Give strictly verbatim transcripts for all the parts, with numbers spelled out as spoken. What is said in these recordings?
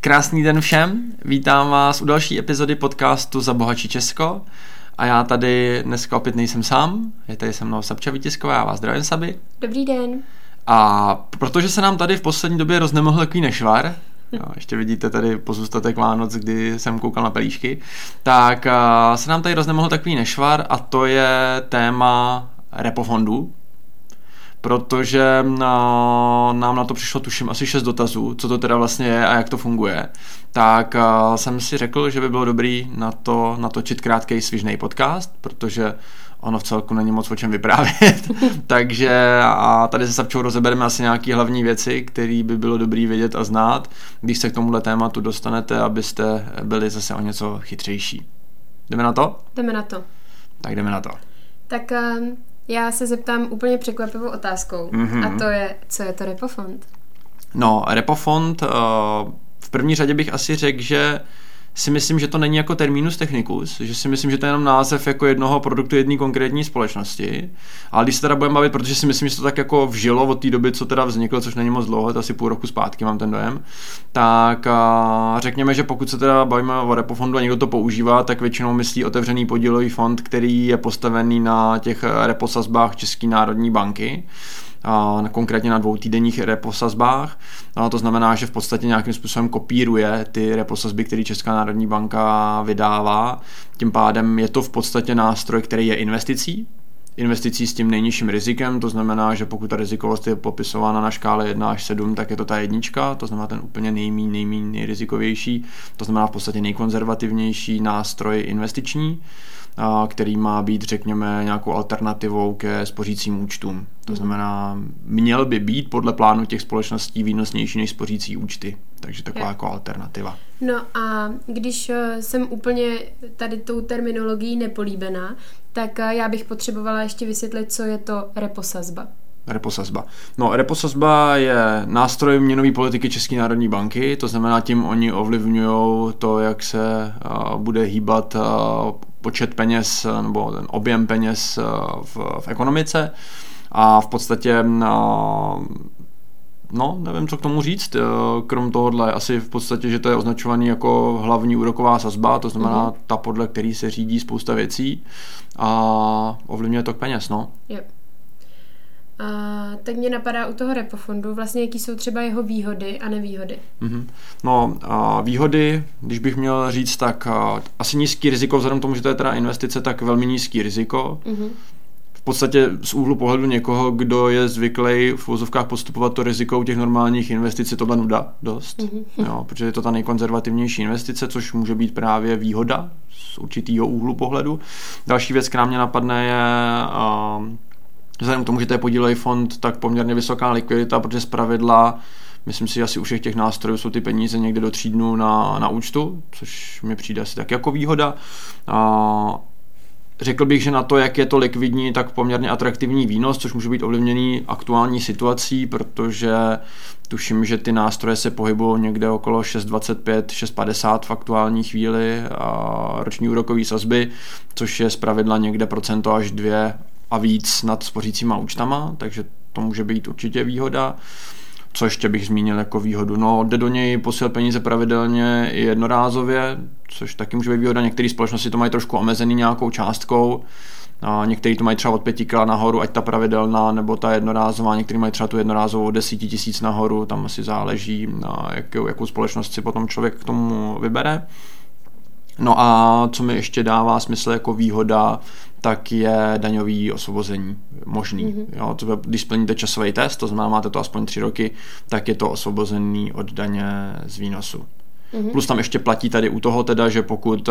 Krásný den všem, vítám vás u další epizody podcastu Za bohatší Česko a já tady dneska opět nejsem sám, je tady se mnou Sabča Vítězková, já vás zdravím, Sabi. Dobrý den. A protože se nám tady v poslední době roznemohl takový nešvar, jo, ještě vidíte tady pozůstatek Vánoc, kdy jsem koukal na pelíšky, tak a, se nám tady roznemohl takový nešvar a to je téma repofondů. Protože no, nám na to přišlo tuším asi šest dotazů, co to teda vlastně je a jak to funguje, tak uh, jsem si řekl, že by bylo dobrý na to natočit krátkej svižnej podcast, protože ono v celku není moc o čem vyprávět. Takže a tady se Sabčou rozebereme asi nějaké hlavní věci, které by bylo dobrý vědět a znát, když se k tomuhle tématu dostanete, abyste byli zase o něco chytřejší. Jdeme na to? Jdeme na to. Tak jdeme na to. Tak um... já se zeptám úplně překvapivou otázkou. Mm-hmm. A to je, co je to repofond? No, repofond, uh, v první řadě bych asi řekl, že si myslím, že to není jako terminus technicus, že si myslím, že to je jenom název jako jednoho produktu jedné konkrétní společnosti. Ale když se teda budeme bavit, protože si myslím, že to tak jako vžilo od té doby, co teda vzniklo, což není moc dlouho, to asi půl roku zpátky mám ten dojem, tak uh, řekněme, že pokud se teda bavíme o repofondu a někdo to používá, tak většinou myslí otevřený podílový fond, který je postavený na těch reposazbách České národní banky. A konkrétně na dvoutýdenních reposazbách. No, to znamená, že v podstatě nějakým způsobem kopíruje ty reposazby, které Česká národní banka vydává. Tím pádem je to v podstatě nástroj, který je investicí. Investicí s tím nejnižším rizikem, to znamená, že pokud ta rizikovost je popisována na škále jedna až sedm, tak je to ta jednička, to znamená ten úplně nejmíň, nejmíň nejrizikovější, to znamená v podstatě nejkonzervativnější nástroj investiční, který má být, řekněme, nějakou alternativou ke spořícím účtům. To znamená, měl by být podle plánu těch společností výnosnější než spořící účty. Takže taková je. Jako alternativa. No a když jsem úplně tady tou terminologií nepolíbená, tak já bych potřebovala ještě vysvětlit, co je to reposazba. Reposazba. No, reposazba je nástroj měnové politiky České národní banky, to znamená, tím oni ovlivňují to, jak se uh, bude hýbat uh, počet peněz nebo ten objem peněz uh, v, v ekonomice a v podstatě uh, no, nevím, co k tomu říct, krom tohohle, asi v podstatě, že to je označovaný jako hlavní úroková sazba, to znamená mm-hmm. ta, podle který se řídí spousta věcí a ovlivňuje tok peněz, no. Yep. A tak mě napadá u toho repofondu vlastně, jaký jsou třeba jeho výhody a nevýhody. Mm-hmm. No, a výhody, když bych měl říct, tak a, asi nízký riziko, vzhledem k tomu, že to je teda investice, tak velmi nízký riziko. Mm-hmm. V podstatě z úhlu pohledu někoho, kdo je zvyklý v uvozovkách postupovat to riziko u těch normálních investic, je tohle nuda dost, mm-hmm. jo, protože je to ta nejkonzervativnější investice, což může být právě výhoda z určitýho úhlu pohledu. Další věc, která mě napadne, je a, vzhledem k tomu, že to je podílový fond, tak poměrně vysoká likvidita, protože zpravidla, myslím si, asi u všech těch nástrojů jsou ty peníze někde do tří dnů na, na účtu, což mi přijde asi tak jako výhoda. A řekl bych, že na to, jak je to likvidní, tak poměrně atraktivní výnos, což může být ovlivněný aktuální situací, protože tuším, že ty nástroje se pohybují někde okolo šest dvacet pět, šest padesát v aktuální chvíli a roční úrokový sazby, což je zpravidla někde procento až dvě a víc nad spořícíma účtama, takže to může být určitě výhoda. Co ještě bych zmínil jako výhodu? No, jde do něj posílat peníze pravidelně i jednorázově, což taky může být výhoda. Některé společnosti to mají trošku omezený nějakou částkou, a některý to mají třeba od pěti kila nahoru, ať ta pravidelná nebo ta jednorázová, některý mají třeba tu jednorázovou od deseti tisíc nahoru, tam asi záleží, jakou, jakou společnost si potom člověk k tomu vybere. No a co mi ještě dává smysl jako výhoda, tak je daňový osvobození možný. Mm-hmm. Jo, to, když splníte časový test, to znamená, máte to aspoň tři roky, tak je to osvobozený od daně z výnosu. Mm-hmm. Plus tam ještě platí tady u toho teda, že pokud,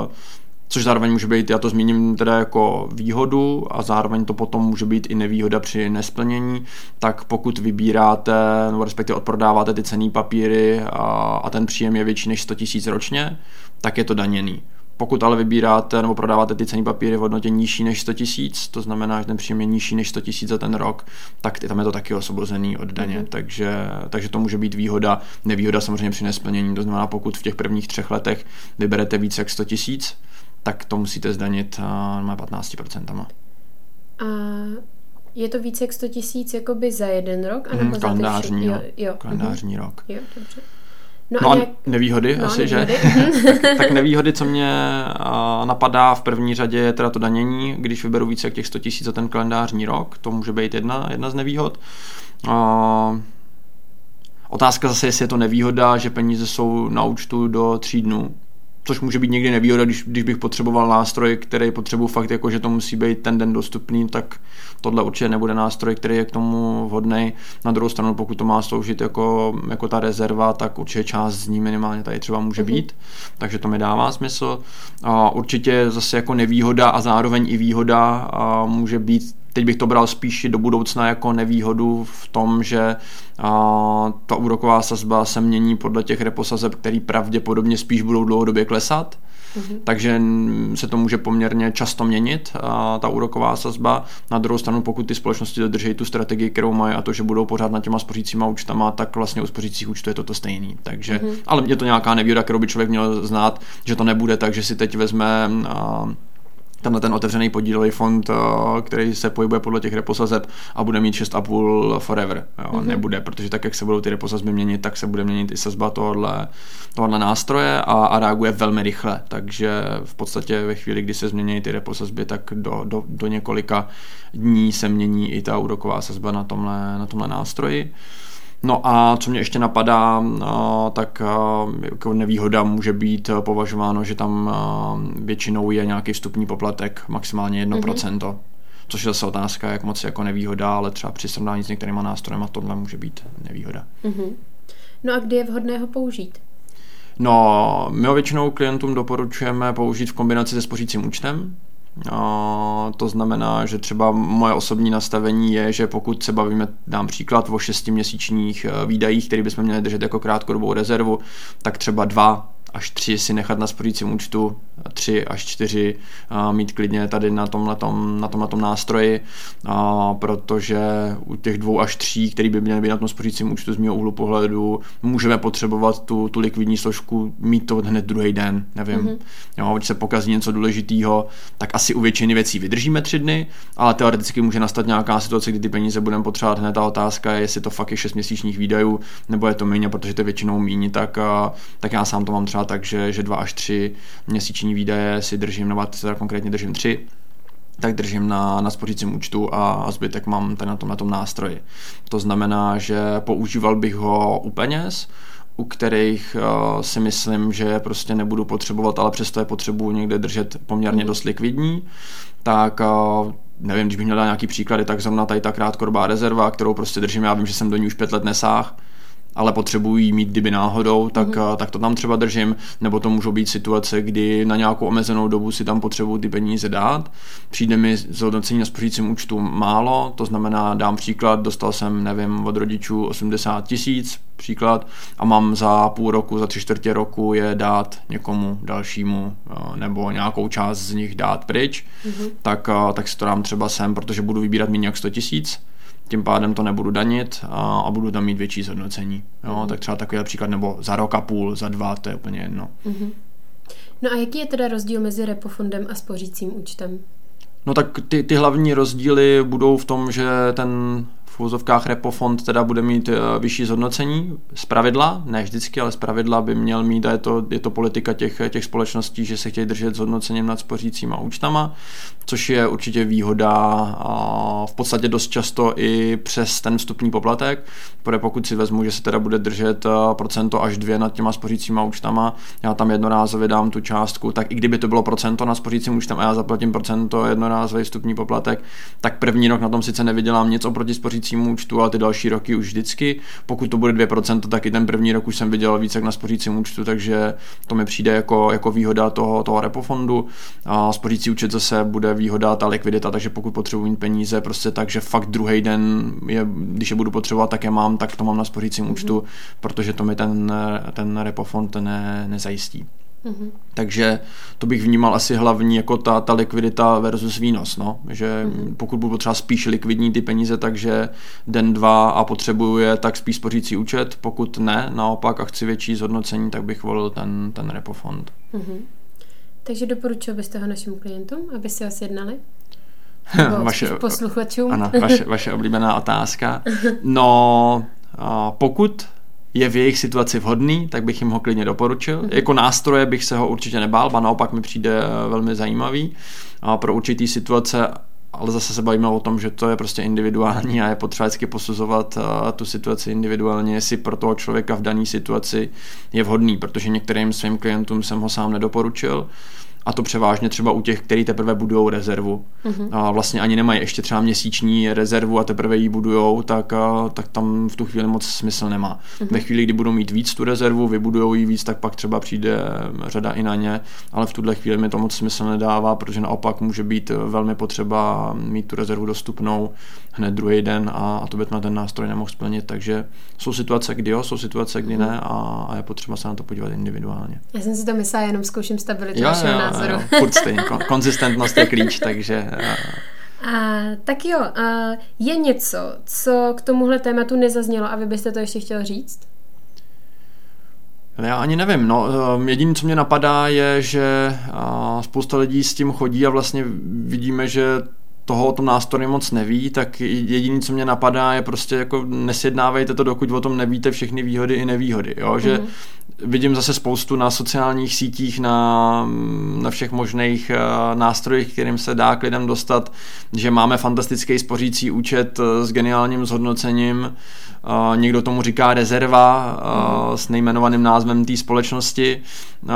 což zároveň může být, já to zmíním teda jako výhodu a zároveň to potom může být i nevýhoda při nesplnění, tak pokud vybíráte, nebo respektive odprodáváte ty cenný papíry a, a ten příjem je větší než sto tisíc ročně, tak je to daněný. Pokud ale vybíráte nebo prodáváte ty cenné papíry v hodnotě nižší než sto tisíc, to znamená, že ten příjem je nižší než sto tisíc za ten rok, tak tam je to taky osvobozený od daně. Mm-hmm. Takže, takže to může být výhoda, nevýhoda samozřejmě při nesplnění. To znamená, pokud v těch prvních třech letech vyberete více jak sto tisíc, tak to musíte zdanit na patnáct procent. A je to více jak sto tisíc jakoby za jeden rok? Mm, kalendářní, jo, jo. kalendářní mm-hmm. rok. Jo, dobře. No, no a nějak... nevýhody no, asi, nevýhody. Že? tak, tak nevýhody, co mě uh, napadá v první řadě, je teda to danění, když vyberu více jak těch sto tisíc za ten kalendářní rok, to může být jedna, jedna z nevýhod. Uh, otázka zase, jestli je to nevýhoda, že peníze jsou na účtu do tří dnů, což může být někdy nevýhoda, když, když bych potřeboval nástroj, který potřebuji fakt, jako že to musí být ten den dostupný, tak tohle určitě nebude nástroj, který je k tomu vhodný. Na druhou stranu, pokud to má sloužit jako, jako ta rezerva, tak určitě část z ní minimálně tady třeba může být, mm-hmm. takže to mi dává smysl. A určitě zase jako nevýhoda a zároveň i výhoda a může být, teď bych to bral spíš do budoucna jako nevýhodu v tom, že a, ta úroková sazba se mění podle těch reposazeb, který pravděpodobně spíš budou dlouhodobě klesat. Mm-hmm. Takže se to může poměrně často měnit, a ta úroková sazba. Na druhou stranu, pokud ty společnosti dodrží tu strategii, kterou mají, a to, že budou pořád na těma spořícíma účtama, tak vlastně u spořících účtů je to to stejný. Takže, mm-hmm. ale je to nějaká nevýhoda, kterou by člověk měl znát, že to nebude tak, že si teď vezme a, tenhle ten otevřený podílový fond, který se pohybuje podle těch reposazeb a bude mít šest a půl forever. Jo, mm-hmm. Nebude, protože tak, jak se budou ty reposazby měnit, tak se bude měnit i sazba tohohle, tohohle nástroje a, a reaguje velmi rychle. Takže v podstatě ve chvíli, kdy se změní ty reposazby, tak do, do, do několika dní se mění i ta úroková sazba na tomhle, na tomhle nástroji. No a co mě ještě napadá, tak jako nevýhoda může být považováno, že tam většinou je nějaký vstupní poplatek, maximálně jedno procento, mm-hmm. což je zase otázka, jak moc jako nevýhoda, ale třeba při srovnání s některýma nástrojem a tohle může být nevýhoda. Mm-hmm. No a kdy je vhodné ho použít? No, my ho většinou klientům doporučujeme použít v kombinaci se spořícím účtem. Uh, to znamená, že třeba moje osobní nastavení je, že pokud se bavíme, dám příklad, o šestiměsíčních výdajích, který bychom měli držet jako krátkodobou rezervu, tak třeba dva až tři si nechat na spořícím účtu, tři až čtyři uh, mít klidně tady na tomhletom, na tomhletom nástroji, uh, protože u těch dvou až tří, který by měly být na tom spořícím účtu z mého úhlu pohledu, můžeme potřebovat tu, tu likvidní složku, mít to hned druhý den, nevím. Mm-hmm. Jo, když se pokazí něco důležitého, tak asi u většiny věcí vydržíme tři dny, ale teoreticky může nastat nějaká situace, kdy ty peníze budeme potřebovat hned. Ta otázka je, jestli to fakt je šest měsíčních výdajů, nebo je to méně, protože to je většinou méně, tak, uh, tak já sám to mám třeba takže že dva až tři měsíční výdaje si držím, nebo teda konkrétně držím tři, tak držím na, na spořícím účtu a, a zbytek mám tady na tom, na tom nástroji. To znamená, že používal bych ho u peněz, u kterých uh, si myslím, že prostě nebudu potřebovat, ale přesto je potřebuji někde držet poměrně dost likvidní, tak uh, nevím, když bych měl dát nějaký příklady, tak zrovna tady ta krátkodobá rezerva, kterou prostě držím, já vím, že jsem do ní už pět let nesáhl, ale potřebují mít, kdyby náhodou, tak, mm-hmm. tak to tam třeba držím, nebo to můžou být situace, kdy na nějakou omezenou dobu si tam potřebuji ty peníze dát. Přijde mi zhodnocení na spořícím účtu málo, to znamená, dám příklad, dostal jsem, nevím, od rodičů osmdesát tisíc, příklad, a mám za půl roku, za tři čtvrtě roku je dát někomu dalšímu, nebo nějakou část z nich dát pryč, mm-hmm. tak, tak si to dám třeba sem, protože budu vybírat méně jak sto tisíc, tím pádem to nebudu danit a, a budu tam mít větší zhodnocení. Jo, mm. Tak třeba takový příklad, nebo za rok a půl, za dva, to je úplně jedno. Mm-hmm. No a jaký je teda rozdíl mezi repofondem a spořícím účtem? No tak ty, ty hlavní rozdíly budou v tom, že ten v uvozovkách repofond teda bude mít vyšší zhodnocení, zpravidla, ne vždycky, ale zpravidla by měl mít, a je to, je to politika těch, těch společností, že se chtějí držet zhodnocením nad spořícíma účtama, což je určitě výhoda a v podstatě dost často i přes ten vstupní poplatek, protože pokud si vezmu, že se teda bude držet procento až dvě nad těma spořícíma účtama, já tam jednorázově dám tu částku, tak i kdyby to bylo procento nad spořícím účtem a já zaplatím procento jednorázový vstupní poplatek, tak první rok na tom sice nevydělám nic oproti spořícímu účtu, ale ty další roky už vždycky. Pokud to bude dvě procenta, tak i ten první rok už jsem vydělal víc jak na spořícím účtu, takže to mi přijde jako, jako výhoda toho, toho repofondu. A spořící účet zase bude výhoda ta likvidita, takže pokud potřebuji mít peníze, prostě tak, že fakt druhý den, je, když je budu potřebovat, tak je mám, tak to mám na spořícím mm-hmm. účtu, protože to mi ten, ten repofond ne, nezajistí. Mm-hmm. Takže to bych vnímal asi hlavní jako ta, ta likvidita versus výnos, no? Že mm-hmm. pokud budu potřeba spíš likvidní ty peníze, takže den, dva a potřebuju je, tak spíš spořící účet, pokud ne, naopak a chci větší zhodnocení, tak bych volil ten, ten repofond. Mm-hmm. Takže doporučil byste ho našim klientům, aby si ho sjednali? vaše, posluchačům? Ano, vaše, vaše oblíbená otázka. No, pokud je v jejich situaci vhodný, tak bych jim ho klidně doporučil. Mm-hmm. Jako nástroje bych se ho určitě nebál, ba naopak mi přijde velmi zajímavý a pro určitý situace, ale zase se bavíme o tom, že to je prostě individuální a je potřeba vždycky posuzovat uh, tu situaci individuálně, jestli pro toho člověka v dané situaci je vhodný, protože některým svým klientům jsem ho sám nedoporučil. A to převážně třeba u těch, kteří teprve budujou rezervu. Uh-huh. A vlastně ani nemají ještě třeba měsíční rezervu a teprve ji budujou, tak, a, tak tam v tu chvíli moc smysl nemá. Uh-huh. Ve chvíli, kdy budou mít víc tu rezervu, vybudujou ji víc, tak pak třeba přijde řada i na ně, ale v tuhle chvíli mi to moc smysl nedává, protože naopak může být velmi potřeba mít tu rezervu dostupnou hned druhý den a, a to by na ten nástroj nemohl splnit, takže jsou situace, kdy jo, jsou situace, kdy ne a, a je potřeba se na to podívat individuálně. Já jsem si to myslela, jenom zkouším stabilitu vašeho názoru. Jo, furt stejně, konzistentnost je klíč, takže... A, tak jo, a je něco, co k tomuhle tématu nezaznělo a vy byste to ještě chtěl říct? Já ani nevím, no, jediné, co mě napadá, je, že spousta lidí s tím chodí a vlastně vidíme, že toho o tom nástroji moc neví, tak jediné, co mě napadá, je prostě jako nesjednávejte to, dokud o tom nevíte všechny výhody i nevýhody, jo, že mm-hmm. vidím zase spoustu na sociálních sítích, na, na všech možných uh, nástrojích, kterým se dá k lidem dostat, že máme fantastický spořící účet uh, s geniálním zhodnocením, uh, někdo tomu říká rezerva uh, mm-hmm. s nejmenovaným názvem té společnosti. Uh,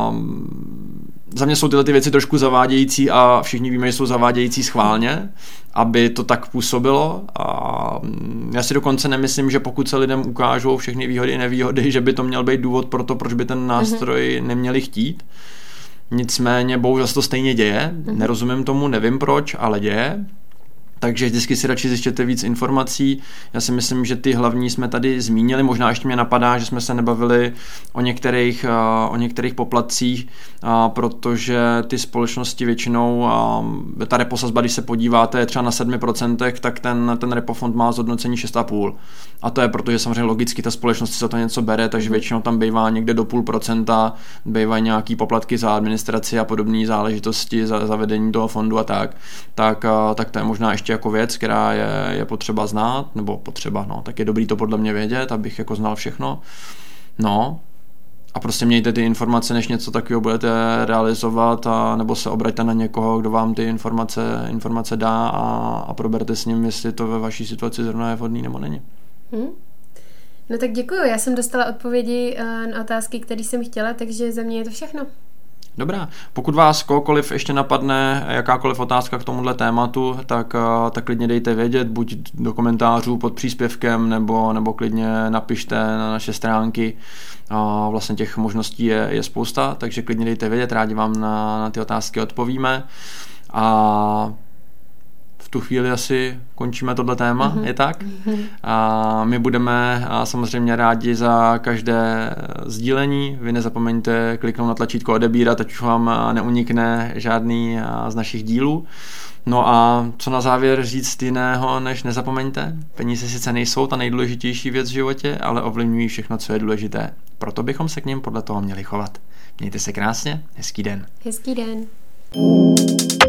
za mě jsou tyhle ty věci trošku zavádějící a všichni víme, že jsou zavádějící schválně, aby to tak působilo. A já si dokonce nemyslím, že pokud se lidem ukážou všechny výhody i nevýhody, že by to měl být důvod pro to, proč by ten nástroj mm-hmm. neměli chtít. Nicméně bohužel se to stejně děje. Mm-hmm. Nerozumím tomu, nevím proč, ale děje. Takže vždycky si radši zjištěte víc informací. Já si myslím, že ty hlavní jsme tady zmínili. Možná ještě mě napadá, že jsme se nebavili o některých, o některých poplatcích, protože ty společnosti většinou, ta reposazba, když se podíváte třeba na sedm procent, tak ten, ten repofond má zhodnocení šest celá pět. A to je proto, že samozřejmě logicky ta společnost si za to něco bere, takže většinou tam bývá někde do půl procenta, bývají nějaký poplatky za administraci a podobné záležitosti, za zavedení toho fondu a tak. Tak, tak to je možná ještě jako věc, která je, je potřeba znát, nebo potřeba, no, tak je dobrý to podle mě vědět, abych jako znal všechno. No, a prostě mějte ty informace, než něco takového budete realizovat, a nebo se obraťte na někoho, kdo vám ty informace, informace dá a, a proberte s ním, jestli to ve vaší situaci zrovna je vhodný nebo není. Hmm. No tak děkuju, já jsem dostala odpovědi na otázky, které jsem chtěla, takže za mě je to všechno. Dobrá, pokud vás kohokoliv ještě napadne jakákoliv otázka k tomuhle tématu, tak, tak klidně dejte vědět, buď do komentářů pod příspěvkem, nebo, nebo klidně napište na naše stránky. A vlastně těch možností je, je spousta, takže klidně dejte vědět, rádi vám na, na ty otázky odpovíme. A v tu chvíli asi končíme tohle téma, mm-hmm. je tak? Mm-hmm. A my budeme a samozřejmě rádi za každé sdílení. Vy nezapomeňte kliknout na tlačítko odebírat, ať už vám neunikne žádný z našich dílů. No a co na závěr říct jiného, než nezapomeňte? Peníze sice nejsou ta nejdůležitější věc v životě, ale ovlivňují všechno, co je důležité. Proto bychom se k nim podle toho měli chovat. Mějte se krásně, hezký den. Hezký den.